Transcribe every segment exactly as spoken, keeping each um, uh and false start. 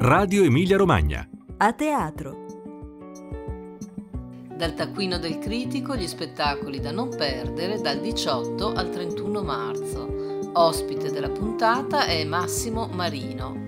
Radio Emilia Romagna. A teatro. Dal taccuino del critico gli spettacoli da non perdere dal diciotto al trentuno marzo. Ospite della puntata è Massimo Marino.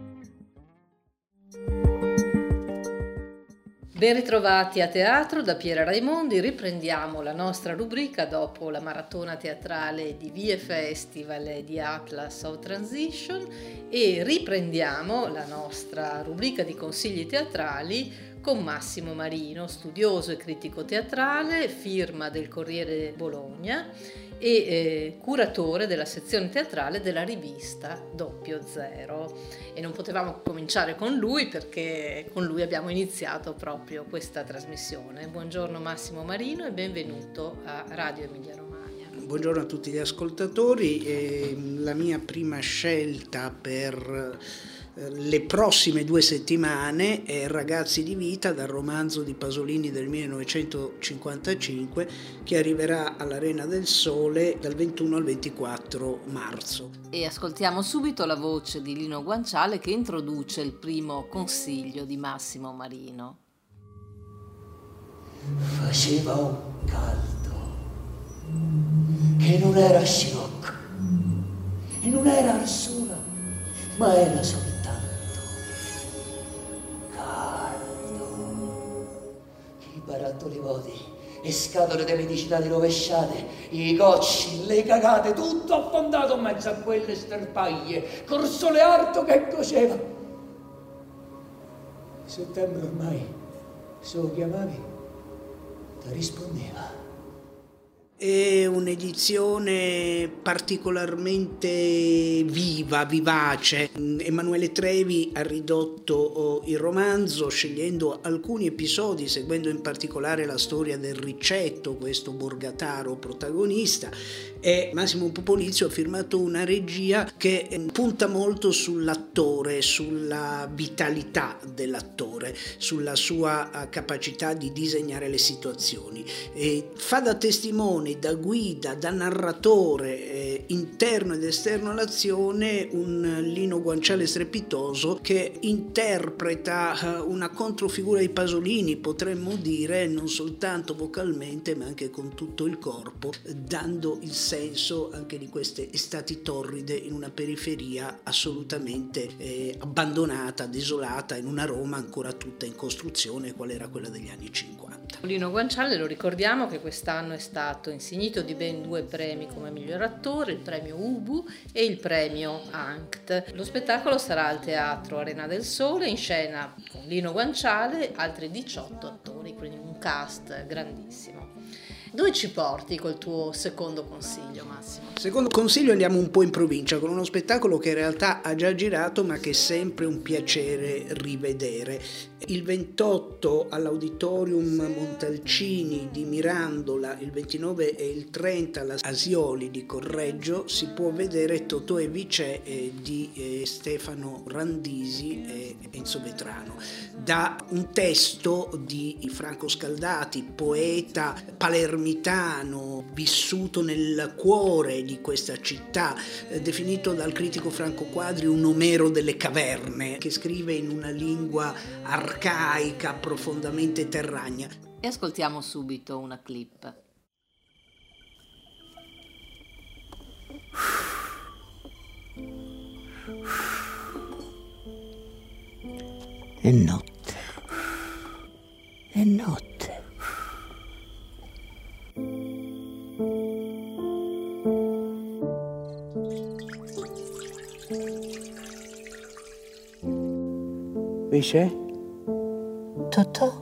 Ben ritrovati a teatro da Piera Raimondi. Riprendiamo la nostra rubrica dopo la maratona teatrale di Vie Festival e di Atlas of Transition e riprendiamo la nostra rubrica di consigli teatrali con Massimo Marino, studioso e critico teatrale, firma del Corriere Bologna e eh, curatore della sezione teatrale della rivista Doppio Zero. E non potevamo cominciare con lui perché con lui abbiamo iniziato proprio questa trasmissione. Buongiorno Massimo Marino e benvenuto a Radio Emilia Romagna. Buongiorno a tutti gli ascoltatori. Eh, la mia prima scelta per le prossime due settimane è Ragazzi di vita, dal romanzo di Pasolini del millenovecentocinquantacinque, che arriverà all'Arena del Sole dal ventuno al ventiquattro marzo. E ascoltiamo subito la voce di Lino Guanciale che introduce il primo consiglio di Massimo Marino. Faceva un caldo che non era scirocco e non era arsura, ma era soltanto i barattoli vuoti, le scatole dei medicinali rovesciate, i cocci, le cagate, tutto affondato in mezzo a quelle sterpaglie, col sole arto che coceva. Settembre ormai, se lo chiamavi, ti rispondeva. È un'edizione particolarmente viva, vivace. Emanuele Trevi ha ridotto il romanzo scegliendo alcuni episodi, seguendo in particolare la storia del Ricetto, questo borgataro protagonista, e Massimo Popolizio ha firmato una regia che punta molto sull'attore, sulla vitalità dell'attore, sulla sua capacità di disegnare le situazioni. E fa da testimone, da guida, da narratore eh, interno ed esterno all'azione un Lino Guanciale strepitoso che interpreta eh, una controfigura di Pasolini, potremmo dire, non soltanto vocalmente ma anche con tutto il corpo, dando il senso anche di queste estati torride in una periferia assolutamente eh, abbandonata, desolata, in una Roma ancora tutta in costruzione, qual era quella degli anni cinquanta. Lino Guanciale, lo ricordiamo che quest'anno è stato insignito di ben due premi come miglior attore, il premio Ubu e il premio Anct. Lo spettacolo sarà al Teatro Arena del Sole, in scena con Lino Guanciale e altri diciotto attori, quindi un cast grandissimo. Dove ci porti col tuo secondo consiglio, Massimo? Secondo consiglio andiamo un po' in provincia con uno spettacolo che in realtà ha già girato ma che è sempre un piacere rivedere. Il ventotto all'Auditorium Montalcini di Mirandola, il ventinove e il trenta alla Asioli di Correggio si può vedere Totò e Vicè eh, di eh, Stefano Randisi e Enzo Vetrano. Da un testo di Franco Scaldati, poeta palermitano, vissuto nel cuore di questa città, eh, definito dal critico Franco Quadri un Omero delle caverne, che scrive in una lingua arcaica, profondamente terragna. E ascoltiamo subito una clip. È notte, è notte. Vicè? Totò?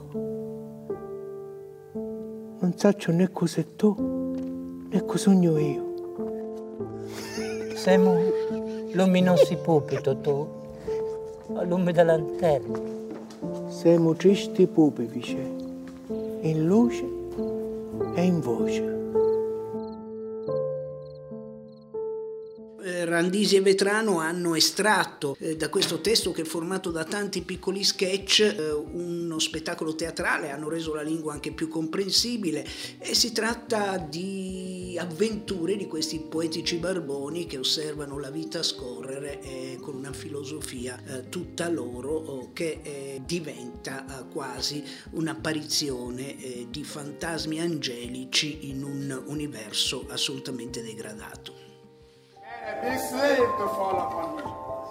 Non saccio né cos'è tu, né cosa sogno io. Siamo luminosi pupi, Totò, a lume da lanterna. Siamo tristi pupi, Vicè, in luce e in voce. Randisi e Vetrano hanno estratto eh, da questo testo, che è formato da tanti piccoli sketch, eh, uno spettacolo teatrale, hanno reso la lingua anche più comprensibile, e si tratta di di avventure di questi poetici barboni che osservano la vita scorrere eh, con una filosofia eh, tutta loro oh, che eh, diventa eh, quasi un'apparizione eh, di fantasmi angelici in un universo assolutamente degradato. A big slave to fall upon me.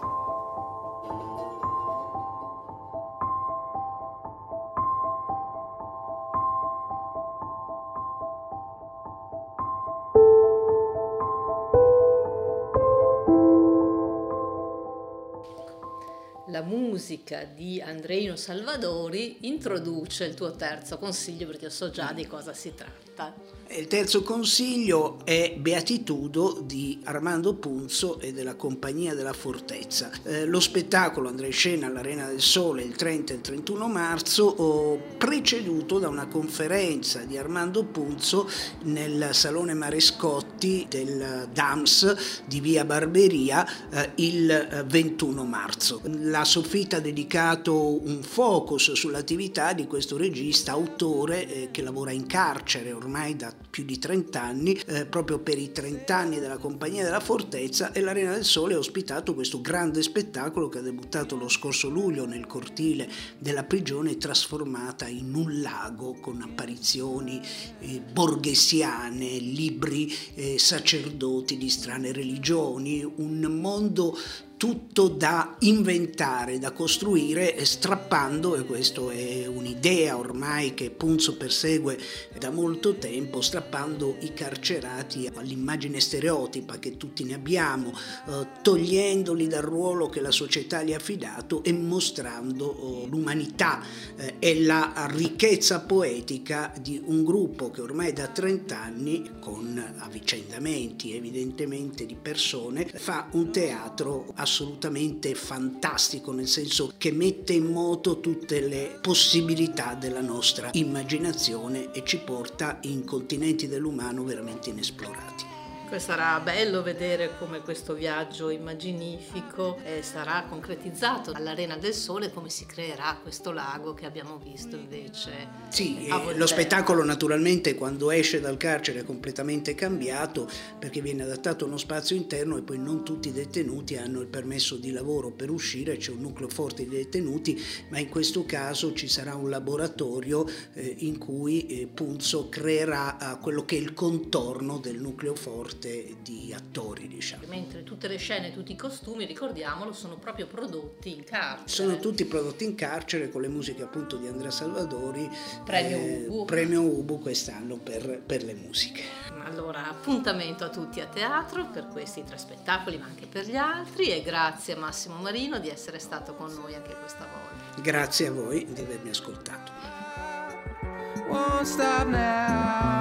La musica di Andreino Salvadori introduce il tuo terzo consiglio, perché io so già di cosa si tratta. Il terzo consiglio è Beatitudo di Armando Punzo e della Compagnia della Fortezza. Eh, lo spettacolo andrà in scena all'Arena del Sole il trenta e il trentuno marzo, oh, preceduto da una conferenza di Armando Punzo nel Salone Marescotti del D A M S di Via Barberia eh, il ventuno marzo. La Soffitta ha dedicato un focus sull'attività di questo regista autore eh, che lavora in carcere ormai da più di trenta anni, eh, proprio per i trenta anni della Compagnia della Fortezza, e l'Arena del Sole ha ospitato questo grande spettacolo che ha debuttato lo scorso luglio nel cortile della prigione, trasformata in un lago con apparizioni eh, borghesiane, libri eh, sacerdoti di strane religioni, un mondo tutto da inventare, da costruire, strappando, e questo è un'idea ormai che Punzo persegue da molto tempo, strappando i carcerati all'immagine stereotipa che tutti ne abbiamo, eh, togliendoli dal ruolo che la società gli ha affidato e mostrando oh, l'umanità eh, e la ricchezza poetica di un gruppo che ormai da trenta anni, con avvicendamenti evidentemente di persone, fa un teatro assolutamente fantastico, nel senso che mette in moto tutte le possibilità della nostra immaginazione e ci porta in continenti dell'umano veramente inesplorati. Sarà bello vedere come questo viaggio immaginifico eh, sarà concretizzato all'Arena del Sole, come si creerà questo lago che abbiamo visto invece. Sì, eh, lo spettacolo naturalmente quando esce dal carcere è completamente cambiato, perché viene adattato a uno spazio interno e poi non tutti i detenuti hanno il permesso di lavoro per uscire, c'è un nucleo forte di detenuti, ma in questo caso ci sarà un laboratorio eh, in cui eh, Punzo creerà eh, quello che è il contorno del nucleo forte di attori, diciamo. Mentre tutte le scene, tutti i costumi, ricordiamolo, sono proprio prodotti in carcere. Sono tutti prodotti in carcere con le musiche appunto di Andrea Salvadori, premio eh, Ubu. Premio Ubu quest'anno per, per le musiche. Allora, appuntamento a tutti a teatro per questi tre spettacoli, ma anche per gli altri, e grazie a Massimo Marino di essere stato con noi anche questa volta. Grazie a voi di avermi ascoltato. Won't stop now.